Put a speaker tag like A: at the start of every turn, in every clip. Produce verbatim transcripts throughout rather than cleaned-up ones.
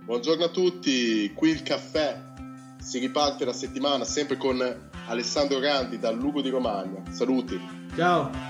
A: Buongiorno a tutti, qui il caffè, si riparte la settimana sempre con Alessandro Grandi dal Lugo di Romagna. Saluti.
B: Ciao.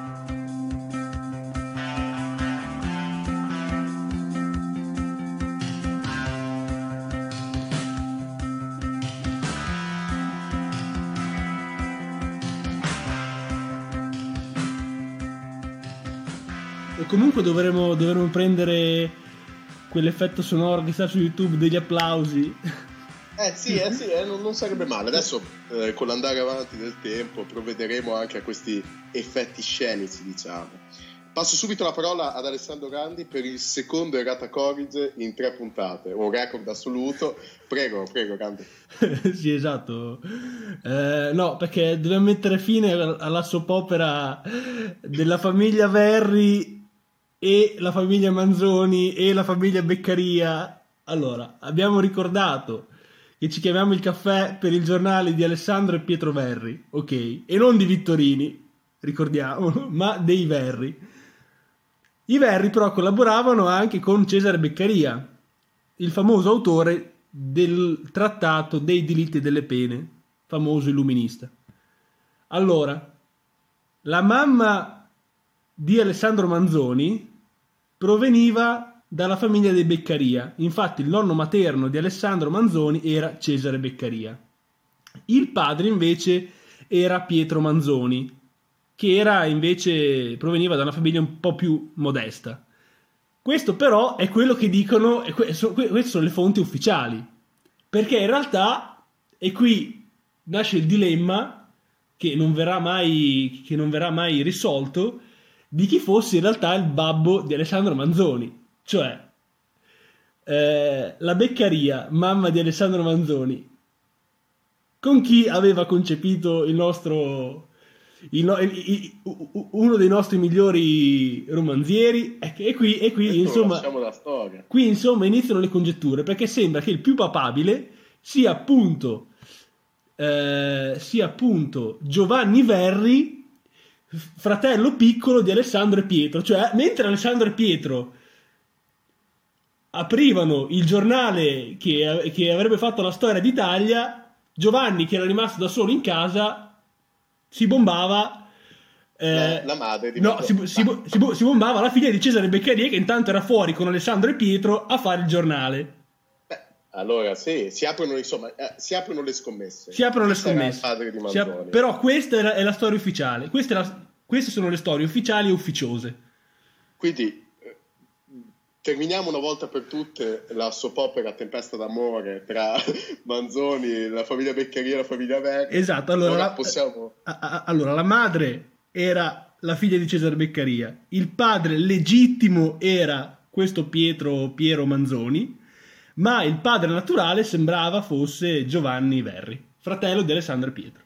B: E comunque dovremo, dovremo prendere quell'effetto sonoro che sta su YouTube degli applausi.
A: Eh sì, eh sì, eh, non, non sarebbe male. Adesso eh, con l'andare avanti del tempo provvederemo anche a questi effetti scenici, diciamo. Passo subito la parola ad Alessandro Grandi per il secondo Errata Corrige in tre puntate, un record assoluto. Prego, prego Grandi.
B: Sì, esatto. Eh, no, perché dobbiamo mettere fine alla soap opera della famiglia Verri e la famiglia Manzoni e la famiglia Beccaria. Allora, abbiamo ricordato che ci chiamiamo il caffè per il giornale di Alessandro e Pietro Verri, ok? E non di Vittorini, ricordiamo, ma dei Verri. I Verri però collaboravano anche con Cesare Beccaria, il famoso autore del trattato dei delitti e delle pene, famoso illuminista. Allora, la mamma di Alessandro Manzoni proveniva dalla famiglia dei Beccaria. Infatti il nonno materno di Alessandro Manzoni era Cesare Beccaria. Il padre invece era Pietro Manzoni, che era invece proveniva da una famiglia un po' più modesta. Questo però è quello che dicono, e queste sono le fonti ufficiali, perché in realtà, e qui nasce il dilemma che non verrà mai, che non verrà mai risolto, di chi fosse in realtà il babbo di Alessandro Manzoni. Cioè, eh, la Beccaria, mamma di Alessandro Manzoni, con chi aveva concepito il nostro, il no, il, il, uno dei nostri migliori romanzieri, e, e qui, e qui insomma,
A: la storia.
B: Qui insomma iniziano le congetture, perché sembra che il più papabile sia appunto, eh, sia appunto Giovanni Verri, fratello piccolo di Alessandro e Pietro. Cioè, mentre Alessandro e Pietro aprivano il giornale che, che avrebbe fatto la storia d'Italia, Giovanni, che era rimasto da solo in casa, si bombava eh,
A: la, la madre di
B: no, si, si, si, si bombava la figlia di Cesare Beccaria, che intanto era fuori con Alessandro e Pietro a fare il giornale.
A: Beh, allora sì, si aprono insomma eh, si aprono le scommesse.
B: Si aprono le
A: Questo
B: scommesse.
A: Il padre di Manzoni.
B: Ap- però questa è la, è la storia ufficiale. Questa è la, queste sono le storie ufficiali e ufficiose.
A: Quindi eh, terminiamo una volta per tutte la soap opera Tempesta d'amore tra Manzoni, la famiglia Beccaria e la famiglia Verri.
B: Esatto, allora,
A: Ora
B: la,
A: possiamo...
B: a, a, allora la madre era la figlia di Cesare Beccaria, il padre legittimo era questo Pietro Piero Manzoni, ma il padre naturale sembrava fosse Giovanni Verri, fratello di Alessandro e Pietro.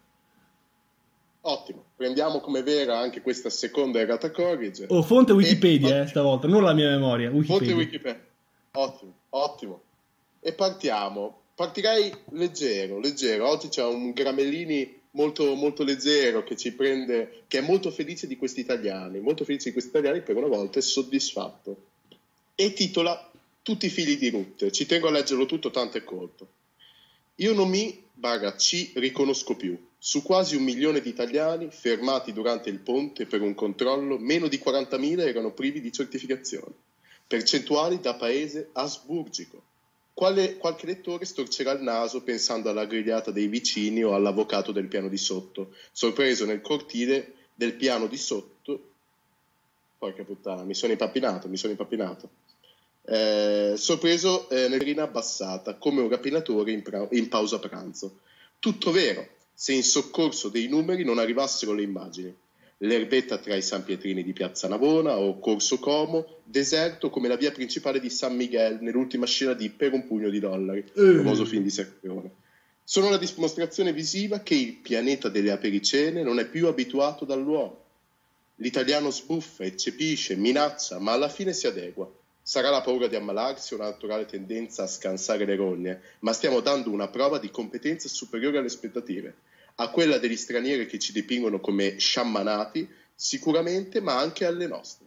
A: Ottimo, prendiamo come vera anche questa seconda errata corrige.
B: Oh, fonte Wikipedia, e... eh, stavolta, non la mia memoria. Wikipedia.
A: Fonte Wikipedia. Ottimo, ottimo. E partiamo. Partirei leggero, leggero. Oggi c'è un Gramellini molto, molto leggero che ci prende, che è molto felice di questi italiani, molto felice di questi italiani, per una volta è soddisfatto. E titola Tutti i figli di Rutte. Ci tengo a leggerlo tutto, tanto è corto. Io non mi, barra ci, riconosco più. Su quasi un milione di italiani fermati durante il ponte per un controllo, meno di quarantamila erano privi di certificazione. Percentuali da paese asburgico. Quale, qualche lettore storcerà il naso pensando alla grigliata dei vicini o all'avvocato del piano di sotto, sorpreso nel cortile del piano di sotto. Porca puttana, mi sono impappinato, mi sono impappinato. Eh, sorpreso eh, nell'erina abbassata, come un rapinatore in, pra- in pausa pranzo. Tutto vero, se in soccorso dei numeri non arrivassero le immagini. L'erbetta tra i San Pietrini di Piazza Navona o Corso Como, deserto come la via principale di San Miguel nell'ultima scena di Per un pugno di dollari, il famoso film di Serpione. Sono la dimostrazione visiva che il pianeta delle apericene non è più abituato dall'uomo. L'italiano sbuffa, eccepisce, minaccia, ma alla fine si adegua. Sarà la paura di ammalarsi o una naturale tendenza a scansare le rogne, ma stiamo dando una prova di competenza superiore alle aspettative, a quella degli stranieri che ci dipingono come sciammanati, sicuramente, ma anche alle nostre.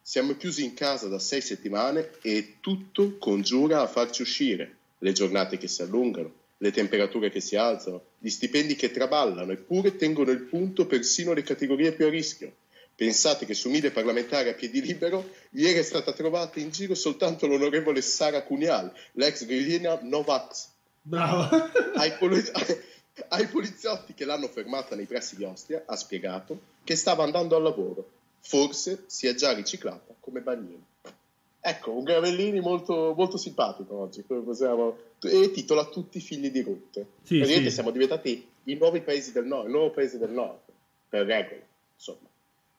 A: siamo chiusi in casa da sei settimane e tutto congiura a farci uscire. Le giornate che si allungano, le temperature che si alzano, gli stipendi che traballano, eppure tengono il punto persino le categorie più a rischio. Pensate che su mille parlamentari a piedi libero, ieri è stata trovata in giro soltanto l'onorevole Sara Cunial, l'ex grillina Novax.
B: Bravo.
A: Ai, poli- ai poliziotti che l'hanno fermata nei pressi di Ostia ha spiegato che stava andando al lavoro. Forse si è già riciclata come bagnino. Ecco, un Gravellini molto, molto simpatico oggi, come possiamo... e titola Tutti figli di Rutte.
B: Sì,
A: Praticamente
B: sì.
A: siamo diventati i nuovi paesi del nord, il nuovo paese del nord, per regola, insomma.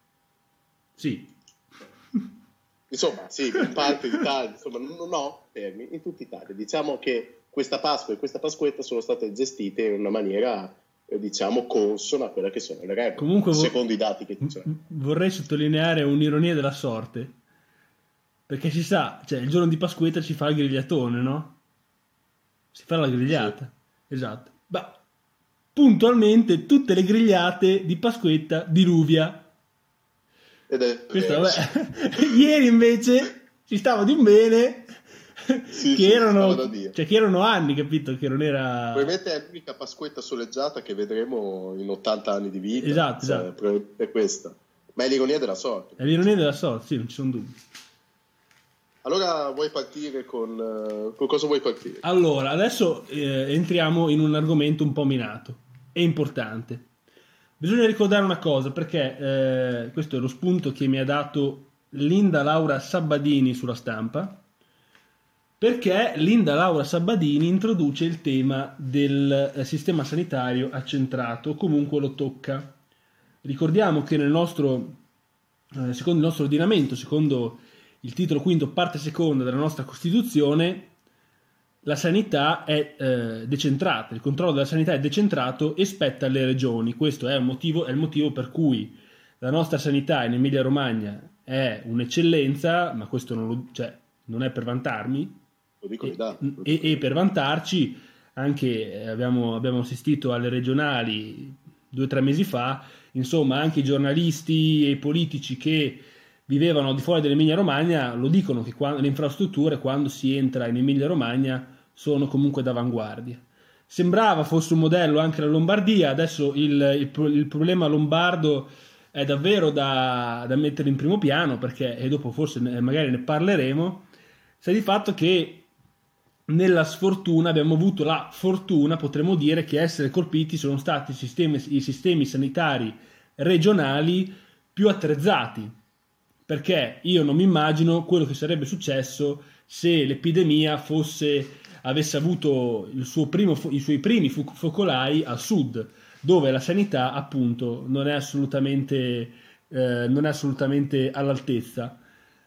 B: Sì.
A: Insomma, sì, in parte d'Italia, insomma, no, no, fermi, in tutta Italia. Diciamo che questa Pasqua e questa Pasquetta sono state gestite in una maniera, eh, diciamo, consona a quella che sono le regole,
B: Comunque vo-
A: secondo i dati che ci sono.
B: vorrei sottolineare un'ironia della sorte, perché si sa, cioè il giorno di Pasquetta ci fa il grigliatone, no? Si fa la grigliata, esatto. Ma puntualmente tutte le grigliate di Pasquetta diluvia.
A: Ed è
B: Questo,
A: vero.
B: vabbè. Ieri invece ci stava di un bene,
A: Sì,
B: che
A: sì,
B: erano,
A: stava da Dio.
B: cioè che erano anni, capito? Che non era...
A: Probabilmente è l'unica Pasquetta soleggiata che vedremo in ottanta anni di vita.
B: Esatto,
A: cioè,
B: esatto.
A: probabilmente è questa. Ma è l'ironia della sorte.
B: È l'ironia della sorte, sì, non ci sono dubbi.
A: Allora vuoi partire con... eh, con cosa vuoi partire?
B: Allora, adesso eh, entriamo in un argomento un po' minato e importante. Bisogna ricordare una cosa, perché eh, questo è lo spunto che mi ha dato Linda Laura Sabbadini sulla Stampa, perché Linda Laura Sabbadini introduce il tema del eh, sistema sanitario accentrato, comunque lo tocca. Ricordiamo che nel nostro, eh, secondo il nostro ordinamento, secondo il titolo quinto, parte seconda della nostra Costituzione, la sanità è eh, decentrata, il controllo della sanità è decentrato e spetta alle regioni. Questo è, un motivo, è il motivo per cui la nostra sanità in Emilia-Romagna è un'eccellenza, ma questo non, lo, cioè, non è per vantarmi,
A: Lo dico
B: e,
A: i dati.
B: e, e per vantarci, anche eh, abbiamo, abbiamo assistito alle regionali due o tre mesi fa, insomma anche i giornalisti e i politici che vivevano al di fuori dell'Emilia-Romagna lo dicono che quando, le infrastrutture quando si entra in Emilia-Romagna sono comunque d'avanguardia. Sembrava fosse un modello anche la Lombardia, adesso il, il, il problema lombardo è davvero da, da mettere in primo piano, perché, e dopo forse ne, magari ne parleremo, sta di fatto che nella sfortuna abbiamo avuto la fortuna, potremmo dire, che essere colpiti sono stati i sistemi, i sistemi sanitari regionali più attrezzati, perché io non mi immagino quello che sarebbe successo se l'epidemia fosse, avesse avuto il suo primo, i suoi primi focolai al sud, dove la sanità appunto non è assolutamente, eh, non è assolutamente all'altezza.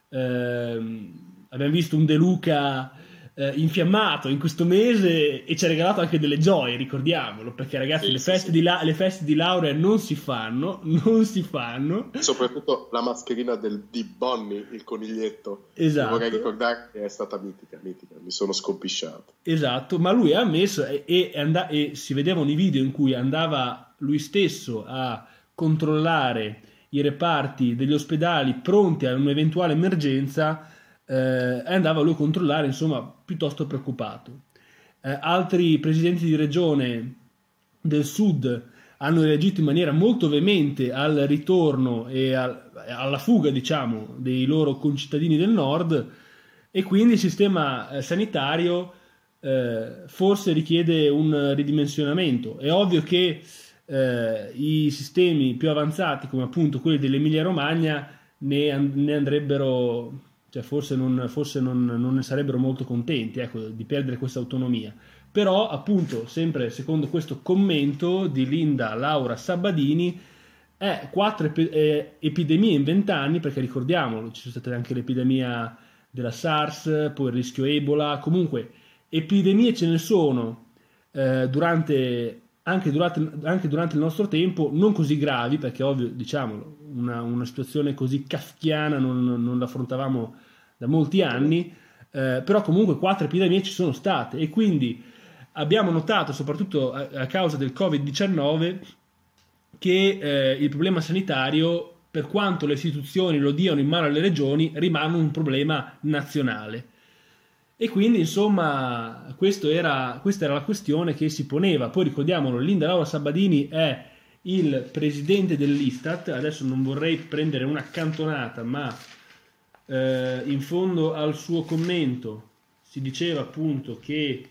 B: Eh, abbiamo visto un De Luca eh, infiammato in questo mese e ci ha regalato anche delle gioie, ricordiamolo, perché ragazzi
A: Sì,
B: le,
A: sì,
B: feste
A: sì.
B: Di la- le feste di laurea non si fanno, non si fanno.
A: Soprattutto la mascherina del, di Bonnie, il coniglietto.
B: Esatto.
A: Vorrei ricordare che è stata mitica, mitica, mi sono scompisciato.
B: Esatto, ma lui ha ammesso e, e, and- e si vedevano i video in cui andava lui stesso a controllare i reparti degli ospedali pronti a un'eventuale emergenza, eh, e andava lui a controllare, insomma, piuttosto preoccupato. Eh, altri presidenti di regione del sud hanno reagito in maniera molto veemente al ritorno e al, alla fuga, diciamo, dei loro concittadini del nord, e quindi il sistema eh, sanitario eh, forse richiede un ridimensionamento. È ovvio che eh, i sistemi più avanzati, come appunto quelli dell'Emilia Romagna, ne, and- ne andrebbero, cioè forse, non, forse non, non ne sarebbero molto contenti, ecco, di perdere questa autonomia. Però appunto, sempre secondo questo commento di Linda Laura Sabbadini, è quattro ep- eh, epidemie in vent'anni, perché ricordiamolo, ci sono state anche l'epidemia della SARS, poi il rischio Ebola, comunque epidemie ce ne sono eh, durante, anche, durante, anche durante il nostro tempo, non così gravi, perché ovvio, diciamolo, una, una situazione così kafkiana non, non l'affrontavamo da molti anni, eh, però comunque quattro epidemie ci sono state, e quindi abbiamo notato, soprattutto a, a causa del covid diciannove, che eh, il problema sanitario per quanto le istituzioni lo diano in mano alle regioni, rimane un problema nazionale. E quindi, insomma, questo era, questa era la questione che si poneva. Poi ricordiamolo, Linda Laura Sabbadini è il presidente dell'Istat. Adesso non vorrei prendere una cantonata, ma eh, in fondo al suo commento si diceva appunto che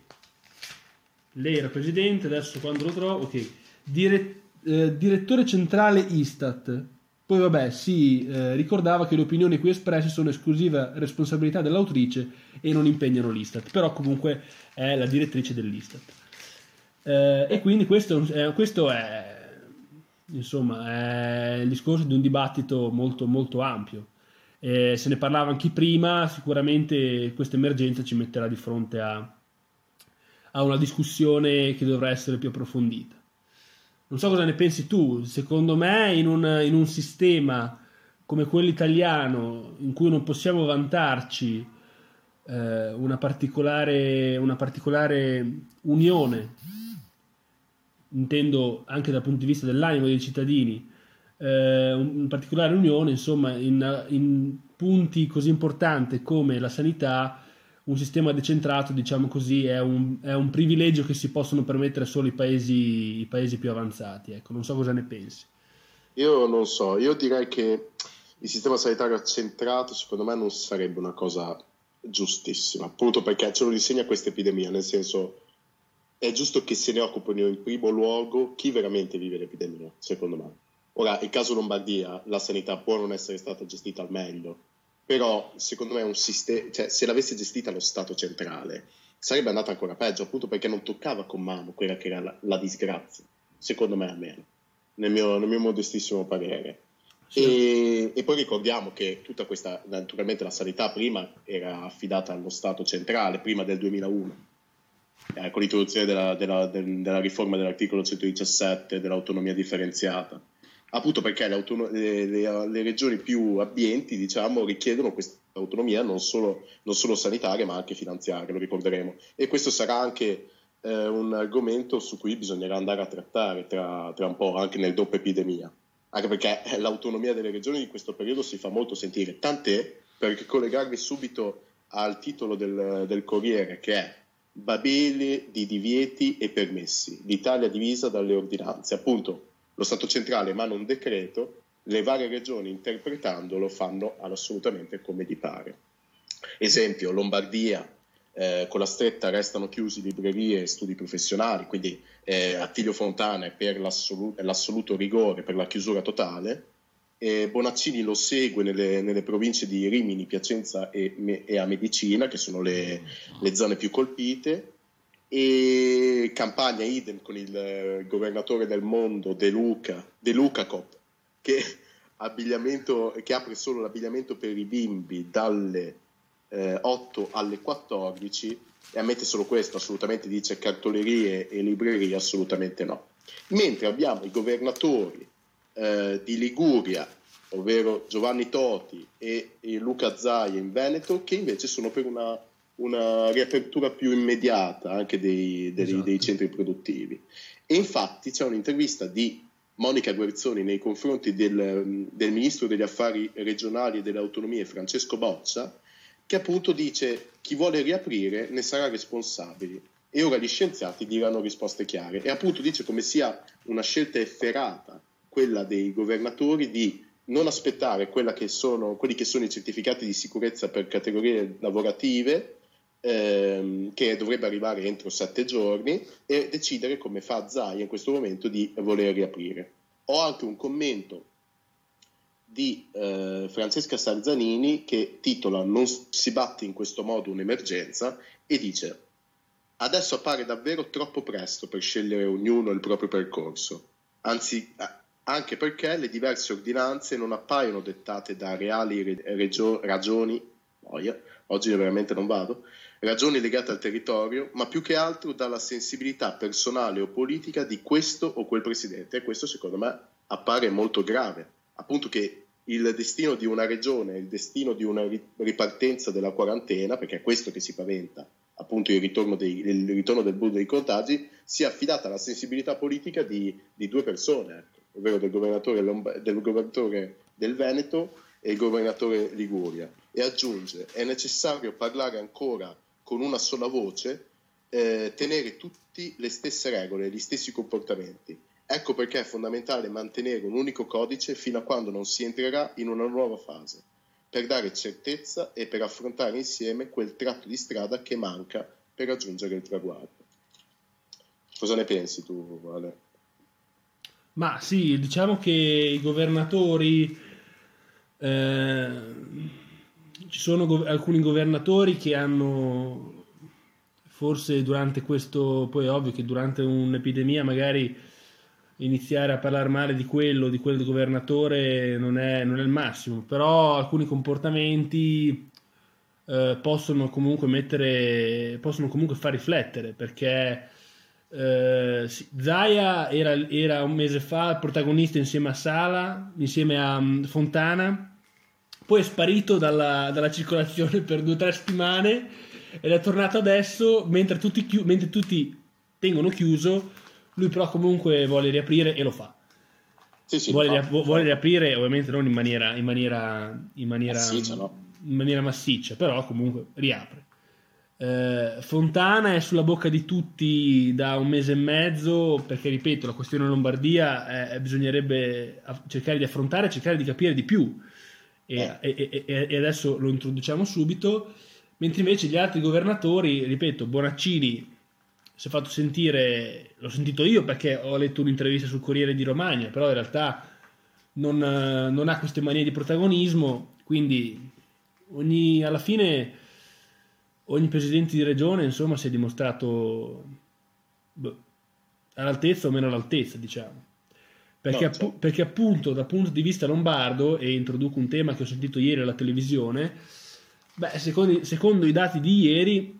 B: lei era presidente, adesso quando lo trovo, ok, dire, eh, direttore centrale Istat. Poi vabbè, si eh, ricordava che le opinioni qui espresse sono esclusiva responsabilità dell'autrice e non impegnano l'Istat, però comunque è la direttrice dell'Istat. Eh, e quindi questo, eh, questo è, insomma, è il discorso di un dibattito molto, molto ampio. Eh, se ne parlava anche prima, sicuramente questa emergenza ci metterà di fronte a, a una discussione che dovrà essere più approfondita. Non so cosa ne pensi tu. Secondo me in un, in un sistema come quello italiano, in cui non possiamo vantarci eh, una particolare, una particolare unione, intendo anche dal punto di vista dell'animo dei cittadini, eh, una particolare unione, insomma, in, in punti così importanti come la sanità, un sistema decentrato, diciamo così, è un, è un privilegio che si possono permettere solo i paesi, i paesi più avanzati. Ecco, non so cosa ne pensi.
A: Io non so, io direi che il sistema sanitario accentrato secondo me non sarebbe una cosa giustissima, appunto perché ce lo insegna questa epidemia, nel senso è giusto che se ne occupino in primo luogo chi veramente vive l'epidemia, secondo me. Ora, il caso Lombardia, la sanità può non essere stata gestita al meglio, però secondo me un sistema, cioè, se l'avesse gestita lo Stato centrale sarebbe andata ancora peggio, appunto perché non toccava con mano quella che era la, la disgrazia, secondo me almeno, nel mio, nel mio modestissimo parere. Sì. E, e poi ricordiamo che tutta questa, naturalmente la sanità prima era affidata allo Stato centrale, prima del duemilauno, eh, con l'introduzione della, della, del, della riforma dell'articolo centodiciassette dell'autonomia differenziata. Appunto perché le, autono- le, le, le regioni più abbienti, diciamo, richiedono questa autonomia non solo, non solo sanitaria ma anche finanziaria, lo ricorderemo. E questo sarà anche eh, un argomento su cui bisognerà andare a trattare tra, tra un po', anche nel dopo epidemia. Anche perché l'autonomia delle regioni in questo periodo si fa molto sentire. Tant'è, per collegarvi subito al titolo del, del Corriere, che è Babele di divieti e permessi, l'Italia divisa dalle ordinanze. Appunto, lo Stato centrale emana un decreto, le varie regioni interpretandolo fanno assolutamente come gli pare. Esempio, Lombardia, eh, con la stretta restano chiusi librerie e studi professionali, quindi eh, Attilio Fontana è per l'assoluto, l'assoluto rigore, per la chiusura totale, e Bonaccini lo segue nelle, nelle province di Rimini, Piacenza e, e a Medicina, che sono le, le zone più colpite, e Campania idem con il governatore del mondo De Luca, De Luca Cop, che, abbigliamento, che apre solo l'abbigliamento per i bimbi dalle eh, otto alle quattordici e ammette solo questo, assolutamente dice cartolerie e librerie assolutamente no. Mentre abbiamo i governatori eh, di Liguria, ovvero Giovanni Toti e, e Luca Zaia in Veneto, che invece sono per una una riapertura più immediata anche dei, dei, esatto. dei centri produttivi. E infatti c'è un'intervista di Monica Guerzoni nei confronti del, del ministro degli affari regionali e delle autonomie Francesco Boccia, che appunto dice: chi vuole riaprire ne sarà responsabile e ora gli scienziati diranno risposte chiare. E appunto dice come sia una scelta efferata quella dei governatori di non aspettare quella che sono, quelli che sono i certificati di sicurezza per categorie lavorative, Ehm, che dovrebbe arrivare entro sette giorni, e decidere, come fa Zaia in questo momento, di voler riaprire. Ho anche un commento di eh, Francesca Sarzanini che titola "Non si batte in questo modo un'emergenza" e dice: adesso appare davvero troppo presto per scegliere ognuno il proprio percorso, anzi anche perché le diverse ordinanze non appaiono dettate da reali re- regio- ragioni oh, oggi veramente non vado ragioni legate al territorio, ma più che altro dalla sensibilità personale o politica di questo o quel presidente. E questo secondo me appare molto grave, appunto che il destino di una regione, il destino di una ripartenza della quarantena, perché è questo che si paventa, appunto il ritorno, dei, il ritorno del boom dei contagi, sia affidata alla sensibilità politica di, di due persone, ecco, ovvero del governatore, Lomb- del governatore del Veneto e il governatore Liguria, e aggiunge: è necessario parlare ancora con una sola voce, eh, tenere tutti le stesse regole, gli stessi comportamenti. Ecco perché è fondamentale mantenere un unico codice fino a quando non si entrerà in una nuova fase, per dare certezza e per affrontare insieme quel tratto di strada che manca per raggiungere il traguardo. Cosa ne pensi tu, Ale?
B: Ma sì, diciamo che i governatori, eh, ci sono go- alcuni governatori che hanno, forse durante questo, poi è ovvio che durante un'epidemia magari iniziare a parlare male di quello, di quel governatore non è, non è il massimo, però alcuni comportamenti eh, possono comunque mettere, possono comunque far riflettere, perché eh, sì, Zaia era, era un mese fa protagonista insieme a Sala, insieme a um, Fontana, poi è sparito dalla, dalla circolazione per due o tre settimane ed è tornato adesso mentre tutti, chiu- mentre tutti tengono chiuso. Lui però comunque vuole riaprire e lo fa.
A: Sì, sì,
B: Vuole,
A: lo fa,
B: ria-
A: lo fa.
B: vuole riaprire, ovviamente non in maniera, in maniera, in maniera,
A: Massiccia, no?
B: in maniera massiccia, però comunque riapre. Eh, Fontana è sulla bocca di tutti da un mese e mezzo, perché ripeto, la questione Lombardia eh, bisognerebbe aff- cercare di affrontare, cercare di capire di più. E,
A: Eh.
B: e- e- e adesso lo introduciamo subito. Mentre invece gli altri governatori, ripeto, Bonaccini si è fatto sentire, l'ho sentito io perché ho letto un'intervista sul Corriere di Romagna, però in realtà non, eh, non ha queste manie di protagonismo, quindi ogni, alla fine ogni presidente di regione insomma si è dimostrato boh, all'altezza o meno all'altezza, diciamo. Perché,
A: No,
B: appu-
A: certo.
B: perché appunto dal punto di vista lombardo, e introduco un tema che ho sentito ieri alla televisione, beh, secondo, secondo i dati di ieri,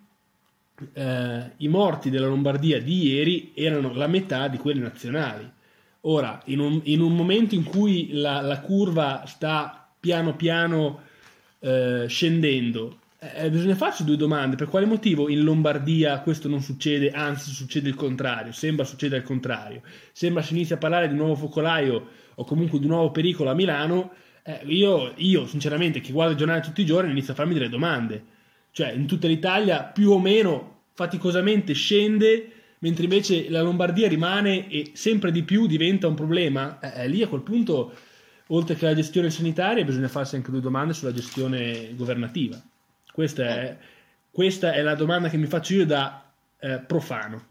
B: eh, i morti della Lombardia di ieri erano la metà di quelli nazionali. Ora, in un, in un momento in cui la, la curva sta piano piano eh, scendendo, eh, bisogna farci due domande: per quale motivo in Lombardia questo non succede, anzi succede il contrario, sembra succeda il contrario, sembra si inizia a parlare di un nuovo focolaio o comunque di un nuovo pericolo a Milano. eh, io, io sinceramente che guardo il giornale tutti i giorni inizio a farmi delle domande, cioè in tutta l'Italia più o meno faticosamente scende, mentre invece la Lombardia rimane e sempre di più diventa un problema. Eh, eh, lì a quel punto, oltre che la gestione sanitaria, bisogna farsi anche due domande sulla gestione governativa. Questa
A: Eh.
B: è, questa è la domanda che mi faccio io da eh, profano.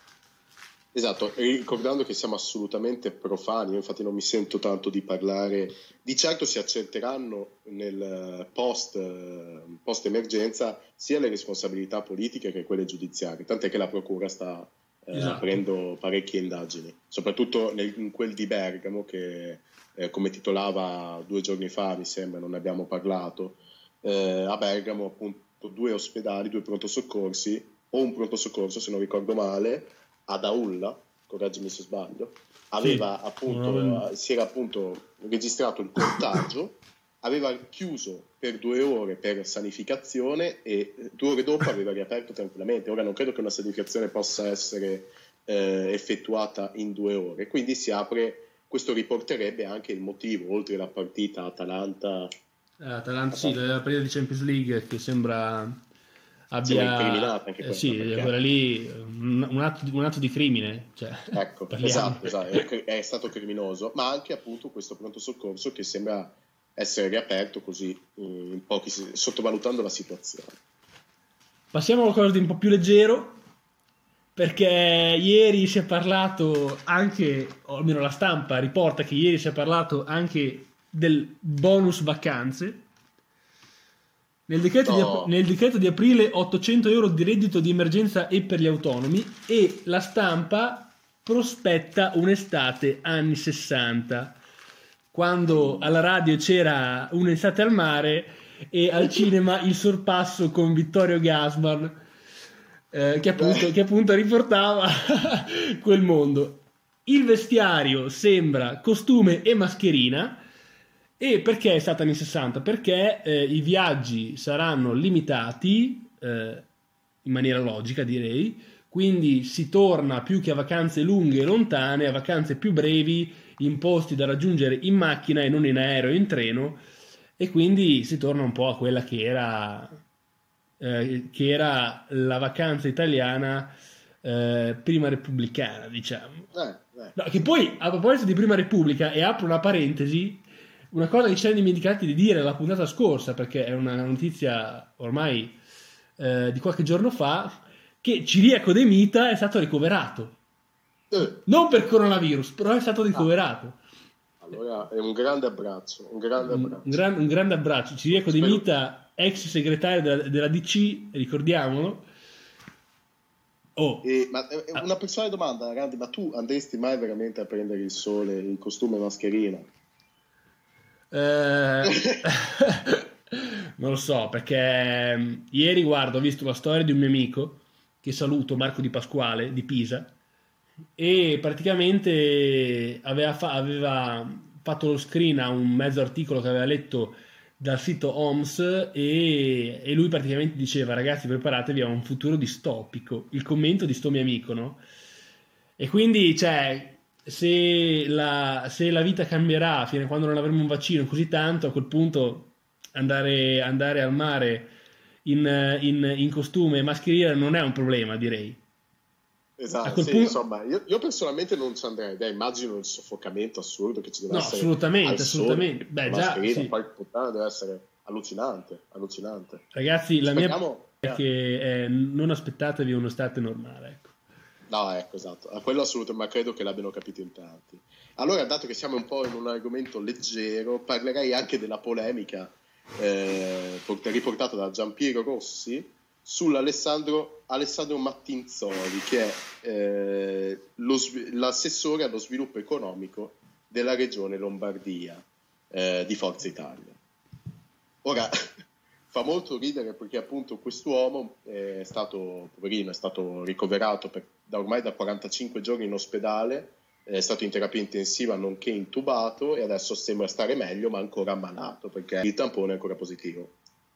A: Esatto, ricordando che siamo assolutamente profani, io infatti non mi sento tanto di parlare, di certo si accerteranno nel post, post emergenza sia le responsabilità politiche che quelle giudiziarie, tant'è che la procura sta eh,
B: Esatto.
A: aprendo parecchie indagini, soprattutto nel, in quel di Bergamo che eh, come titolava due giorni fa, mi sembra, non ne abbiamo parlato, eh, a Bergamo appunto due ospedali, due pronto soccorsi, o un pronto soccorso se non ricordo male, ad Aulla, correggimi se sbaglio, aveva
B: Sì.
A: appunto,
B: Mm.
A: si era appunto registrato il contagio, aveva chiuso per due ore per sanificazione e due ore dopo aveva riaperto tranquillamente. Ora non credo che una sanificazione possa essere eh, effettuata in due ore, quindi si apre, questo riporterebbe anche il motivo, oltre alla partita Atalanta.
B: Atalanta, sì, la partita di Champions League che sembra
A: Sembra
B: abbia
A: incriminata anche
B: eh,
A: questa,
B: sì,
A: perché
B: quella lì un, un atto, un atto di crimine, cioè,
A: ecco,
B: parliamo.
A: esatto, esatto, è, è stato criminoso, ma anche appunto questo pronto soccorso che sembra essere riaperto così in pochi, sottovalutando la situazione.
B: Passiamo a qualcosa di un po' più leggero, perché ieri si è parlato anche, o almeno la stampa riporta che ieri si è parlato anche del bonus vacanze. Nel decreto, di, ap-
A: No,
B: nel decreto di aprile ottocento euro di reddito di emergenza e per gli autonomi, e la stampa prospetta un'estate anni sessanta, quando alla radio c'era un'estate al mare e al cinema il sorpasso con Vittorio Gassman, eh, che, appunto, che appunto riportava quel mondo. Il vestiario sembra costume e mascherina. E perché è stata anni sessanta? Perché eh, i viaggi saranno limitati eh, in maniera logica, direi, quindi si torna più che a vacanze lunghe e lontane, a vacanze più brevi in posti da raggiungere in macchina e non in aereo o in treno, e quindi si torna un po' a quella che era, eh, che era la vacanza italiana eh, prima repubblicana, diciamo.
A: Eh, eh.
B: No, che poi, a proposito di prima repubblica, e apro una parentesi, una cosa che ci siamo dimenticati di dire la puntata scorsa, perché è una notizia ormai eh, di qualche giorno fa, che Ciriaco De Mita è stato ricoverato.
A: Eh.
B: Non per coronavirus, però è stato ricoverato.
A: Ah. Allora è un grande abbraccio, un grande abbraccio.
B: Un, gran, un grande abbraccio. Ciriaco De Mita, ex segretario della, della D C, ricordiamolo. Oh.
A: E, ma una personale domanda, Randy, ma tu andresti mai veramente a prendere il sole in costume e mascherina?
B: Eh, non lo so, perché ieri, guardo, ho visto la storia di un mio amico che saluto, Marco Di Pasquale di Pisa, e praticamente aveva, fa- aveva fatto lo screen a un mezzo articolo che aveva letto dal sito O M S, e, e lui praticamente diceva: ragazzi, preparatevi a un futuro distopico, il commento di sto mio amico, no? E quindi, cioè, se la, se la vita cambierà fino a quando non avremo un vaccino così tanto, a quel punto andare, andare al mare in, in, in costume e mascherina non è un problema, direi.
A: Esatto, sì, punto... insomma, io, io personalmente non ci andrei. Beh, immagino il soffocamento assurdo che ci deve
B: no,
A: essere.
B: assolutamente, assolutamente. Beh, già, sì.
A: Qualche puttana deve essere allucinante, allucinante.
B: Ragazzi, la
A: Speriamo...
B: mia è che eh, non aspettatevi un'estate normale, ecco.
A: No, ecco, esatto, a quello assolutamente, ma credo che l'abbiano capito in tanti. Allora, dato che siamo un po' in un argomento leggero, parlerei anche della polemica eh, riportata da Giampiero Rossi sull'Alessandro Alessandro Mattinzoli, che è eh, lo, l'assessore allo sviluppo economico della regione Lombardia eh, di Forza Italia. Ora, fa molto ridere perché appunto quest'uomo è stato, poverino, è stato ricoverato per, da ormai da quarantacinque giorni in ospedale, è stato in terapia intensiva nonché intubato, e adesso sembra stare meglio, ma ancora ammalato perché il tampone è ancora positivo.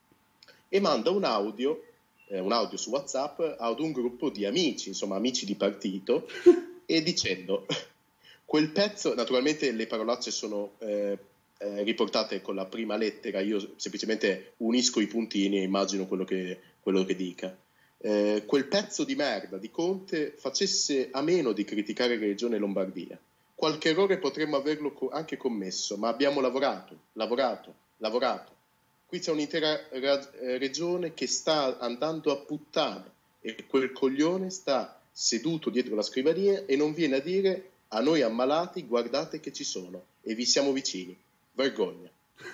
A: E manda un audio, eh, un audio su WhatsApp ad un gruppo di amici, insomma amici di partito, e dicendo quel pezzo, naturalmente le parolacce sono eh, eh, riportate con la prima lettera, io semplicemente unisco i puntini e immagino quello che, quello che dica. Eh, quel pezzo di merda di Conte facesse a meno di criticare la regione Lombardia. Qualche errore potremmo averlo co- anche commesso, ma abbiamo lavorato, lavorato, lavorato. Qui c'è un'intera ra- regione che sta andando a puttane e quel coglione sta seduto dietro la scrivania e non viene a dire a noi ammalati guardate che ci sono e vi siamo vicini. Vergogna.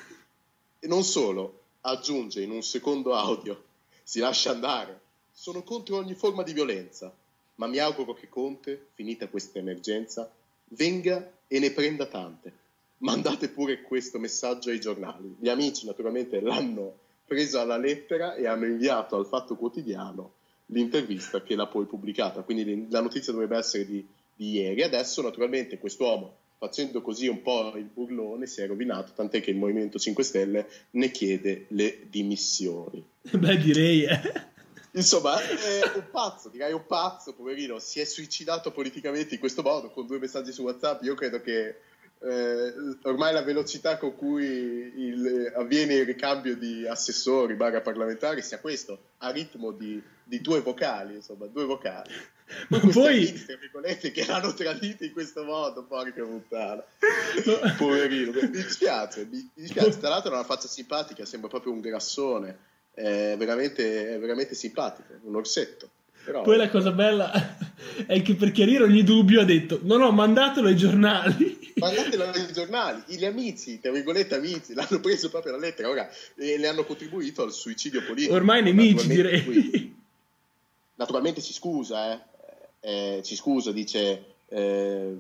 A: E non solo, aggiunge in un secondo audio, si lascia andare. Sono contro ogni forma di violenza, ma mi auguro che Conte, finita questa emergenza, venga e ne prenda tante. Mandate pure questo messaggio ai giornali. Gli amici naturalmente l'hanno preso alla lettera e hanno inviato al Fatto Quotidiano l'intervista che l'ha poi pubblicata. Quindi la notizia dovrebbe essere di, di ieri. Adesso naturalmente quest'uomo, facendo così un po' il burlone, si è rovinato, tant'è che il Movimento cinque Stelle ne chiede le dimissioni.
B: Beh, direi, eh.
A: Insomma, è un pazzo, direi un pazzo, poverino, si è suicidato politicamente in questo modo, con due messaggi su WhatsApp. Io credo che eh, ormai la velocità con cui il, avviene il ricambio di assessori barra parlamentari sia questo, a ritmo di, di due vocali, insomma, due vocali.
B: Ma poi
A: amici, che l'hanno tradito in questo modo, porca puttana. Poverino, mi dispiace, mi dispiace. Tra l'altro ha una faccia simpatica, sembra proprio un grassone. È veramente, è veramente simpatico, un orsetto. Però...
B: Poi la cosa bella è che per chiarire ogni dubbio ha detto no no, mandatelo ai giornali.
A: Mandatelo ai giornali. Gli amici, tra virgolette amici, l'hanno preso proprio la lettera ora e le hanno contribuito al suicidio politico.
B: Ormai nemici, direi.
A: Qui. Naturalmente si scusa, eh. Eh, ci scusa, dice eh,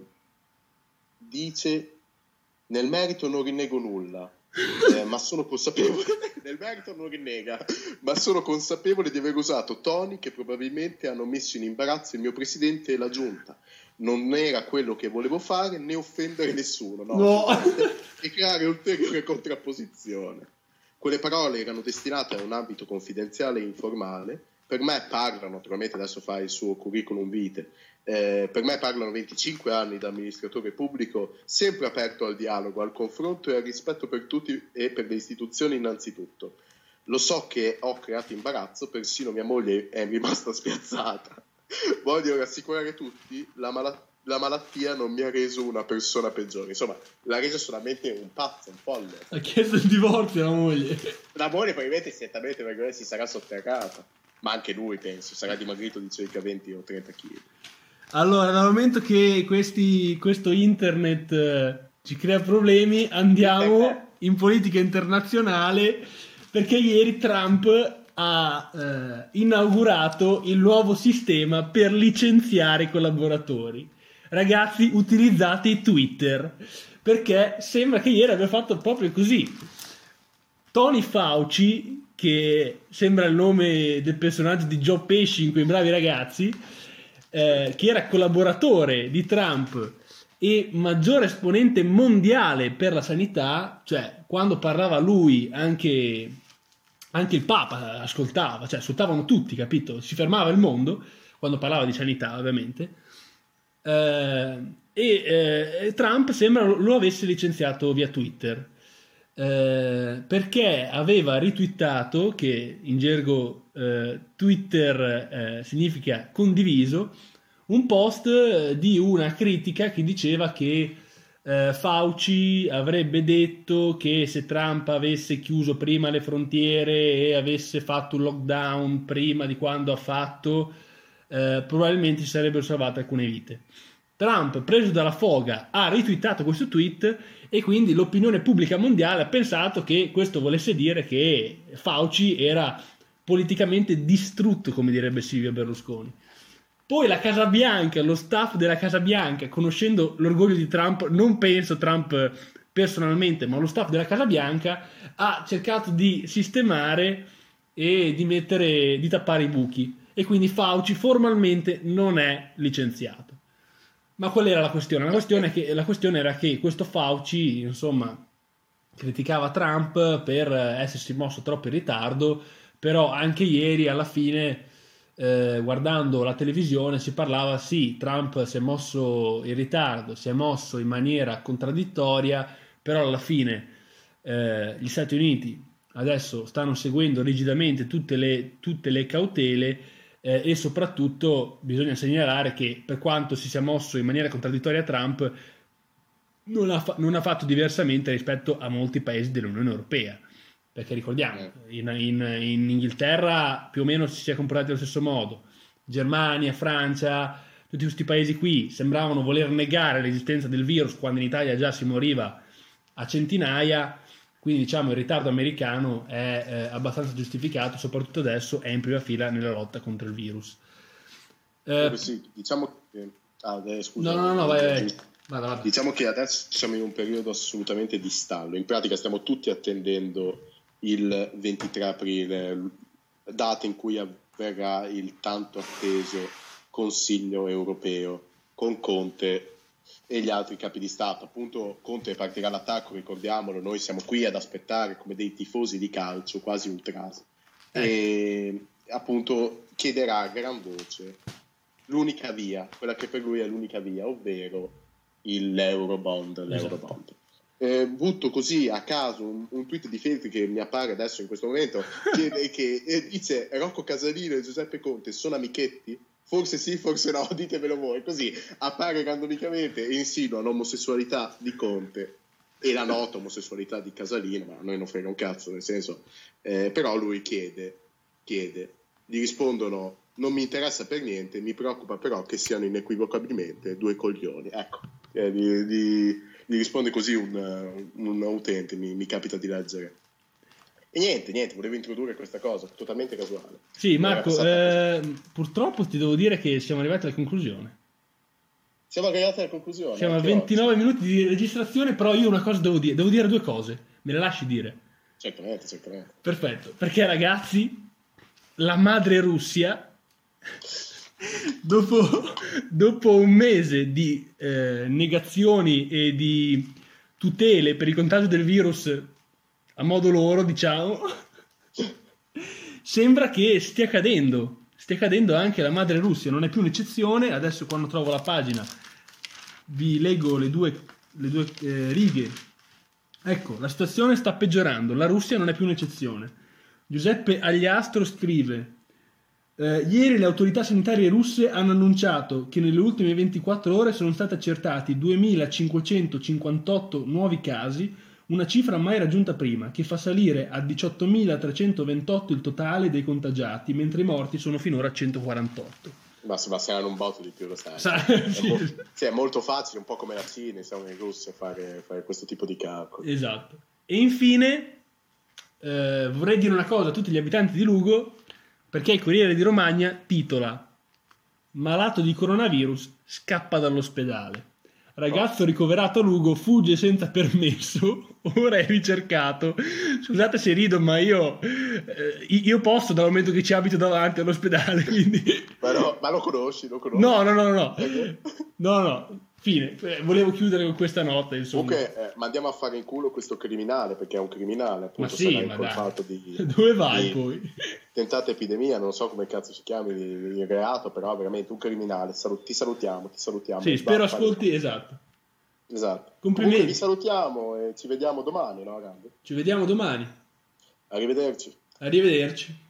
A: dice nel merito non rinnego nulla. Eh, ma sono consapevole nel merito non rinnega ma sono consapevole di aver usato toni che probabilmente hanno messo in imbarazzo il mio presidente e la giunta. Non era quello che volevo fare, né offendere nessuno, no,
B: no.
A: E creare ulteriore contrapposizione. Quelle parole erano destinate a un ambito confidenziale e informale per me parlano, naturalmente adesso fa il suo curriculum vitae, eh, per me parlano venticinque anni da amministratore pubblico, sempre aperto al dialogo, al confronto e al rispetto per tutti e per le istituzioni innanzitutto. Lo so che ho creato imbarazzo, persino mia moglie è rimasta spiazzata. Voglio rassicurare tutti, la, mal- la malattia non mi ha reso una persona peggiore. Insomma, l'ha reso solamente un pazzo, un folle.
B: Ha chiesto il divorzio la moglie.
A: La moglie probabilmente certamente perché si sarà sotterrata, ma anche lui penso sarà dimagrito di circa venti o trenta chili.
B: Allora, dal momento che questi, questo internet eh, ci crea problemi, andiamo in politica internazionale, perché ieri Trump ha eh, inaugurato il nuovo sistema per licenziare i collaboratori. Ragazzi, utilizzate Twitter, perché sembra che ieri abbia fatto proprio così. Tony Fauci, che sembra il nome del personaggio di Joe Pesci in Quei bravi ragazzi, eh, che era collaboratore di Trump e maggiore esponente mondiale per la sanità, cioè quando parlava lui anche, anche il Papa ascoltava, cioè ascoltavano tutti, capito? Si fermava il mondo quando parlava di sanità, ovviamente. Eh, e eh, Trump sembra lo avesse licenziato via Twitter. Eh, perché aveva ritwittato, che in gergo eh, Twitter eh, significa condiviso, un post di una critica che diceva che eh, Fauci avrebbe detto che se Trump avesse chiuso prima le frontiere e avesse fatto un lockdown prima di quando ha fatto, eh, probabilmente si sarebbero salvate alcune vite. Trump, preso dalla foga, ha ritwittato questo tweet e quindi l'opinione pubblica mondiale ha pensato che questo volesse dire che Fauci era politicamente distrutto, come direbbe Silvio Berlusconi. Poi la Casa Bianca, lo staff della Casa Bianca, conoscendo l'orgoglio di Trump, non penso Trump personalmente, ma lo staff della Casa Bianca ha cercato di sistemare e di mettere, di tappare i buchi, e quindi Fauci formalmente non è licenziato. Ma qual era la questione? La questione, è che, la questione era che questo Fauci, insomma, criticava Trump per essersi mosso troppo in ritardo, però anche ieri alla fine, eh, guardando la televisione, si parlava, sì, Trump si è mosso in ritardo, si è mosso in maniera contraddittoria, però alla fine eh, gli Stati Uniti adesso stanno seguendo rigidamente tutte le, tutte le cautele. Eh, e soprattutto bisogna segnalare che per quanto si sia mosso in maniera contraddittoria Trump non ha, fa- non ha fatto diversamente rispetto a molti paesi dell'Unione Europea, perché ricordiamo in, in, in Inghilterra più o meno si è comportati allo stesso modo, Germania, Francia, tutti questi paesi qui sembravano voler negare l'esistenza del virus quando in Italia già si moriva a centinaia. Quindi diciamo il ritardo americano è eh, abbastanza giustificato, soprattutto adesso è in prima fila nella lotta contro il virus.
A: Eh, sì, diciamo che... Ah, eh, scusa.
B: No, no, no, vai, vai. Vada, vada.
A: Diciamo che adesso siamo in un periodo assolutamente di stallo. In pratica stiamo tutti attendendo il ventitré aprile, data in cui avverrà il tanto atteso Consiglio europeo con Conte e gli altri capi di Stato. Appunto Conte partirà all'attacco, ricordiamolo, noi siamo qui ad aspettare come dei tifosi di calcio quasi ultrasi, eh. e appunto chiederà a gran voce l'unica via, quella che per lui è l'unica via, ovvero il, l'Eurobond, l'Eurobond. Esatto. Eh, butto così a caso un, un tweet di Feltri che mi appare adesso in questo momento che, che eh, dice: Rocco Casalino e Giuseppe Conte sono amichetti? Forse sì, forse no, ditemelo voi. Così appare randomicamente e insinua l'omosessualità di Conte e la nota omosessualità di Casalino, ma a noi non frega un cazzo, nel senso, eh, però lui chiede, chiede, gli rispondono: non mi interessa per niente, mi preoccupa però che siano inequivocabilmente due coglioni. Ecco, eh, gli, gli, gli risponde così un, un utente, mi, mi capita di leggere. E niente, niente, volevo introdurre questa cosa, totalmente casuale.
B: Sì, Marco, eh, purtroppo ti devo dire che siamo arrivati alla conclusione.
A: Siamo arrivati alla conclusione.
B: Siamo a ventinove oggi. Minuti di registrazione, però io una cosa devo dire, devo dire due cose, me le lasci dire?
A: Certamente, certamente.
B: Perfetto, perché ragazzi, la madre Russia, dopo, dopo un mese di eh, negazioni e di tutele per il contagio del virus a modo loro, diciamo, sembra che stia cadendo, stia cadendo anche la madre Russia, non è più un'eccezione. Adesso quando trovo la pagina vi leggo le due, le due eh, righe. Ecco, la situazione sta peggiorando, la Russia non è più un'eccezione. Giuseppe Agliastro scrive: eh, ieri le autorità sanitarie russe hanno annunciato che nelle ultime ventiquattro ore sono stati accertati duemilacinquecentocinquantotto nuovi casi, una cifra mai raggiunta prima, che fa salire a diciottomilatrecentoventotto il totale dei contagiati, mentre i morti sono finora centoquarantotto.
A: Ma, ma saranno un botto di più, lo sai.
B: Sa-
A: È,
B: sì.
A: mo- sì, è molto facile, un po' come la Cina, siamo in Russia, fare, fare questo tipo di calcoli.
B: Esatto. E infine eh, vorrei dire una cosa a tutti gli abitanti di Lugo, perché il Corriere di Romagna titola: malato di coronavirus scappa dall'ospedale. Ragazzo ricoverato a Lugo fugge senza permesso, ora è ricercato. Scusate se rido, ma io, eh, io posso dal momento che ci abito davanti all'ospedale, quindi...
A: Ma, no, ma lo conosci? Lo conosci?
B: No, no, no, no, no, no, no. Fine. Eh, volevo chiudere con questa nota, insomma.
A: Comunque, eh, mandiamo a fare in culo questo criminale, perché è un criminale, appunto,
B: Ma sì,
A: sarà
B: ma
A: incolpato
B: dai.
A: di...
B: Dove vai
A: di
B: poi?
A: tentata epidemia, non so come cazzo si chiami il reato, però veramente un criminale. Salut- ti salutiamo, ti salutiamo.
B: Sì, spero
A: Va, fare-
B: ascolti, esatto.
A: Esatto.
B: Complimenti.
A: Comunque vi salutiamo e ci vediamo domani, no, Rando?
B: Ci vediamo domani.
A: Arrivederci.
B: Arrivederci.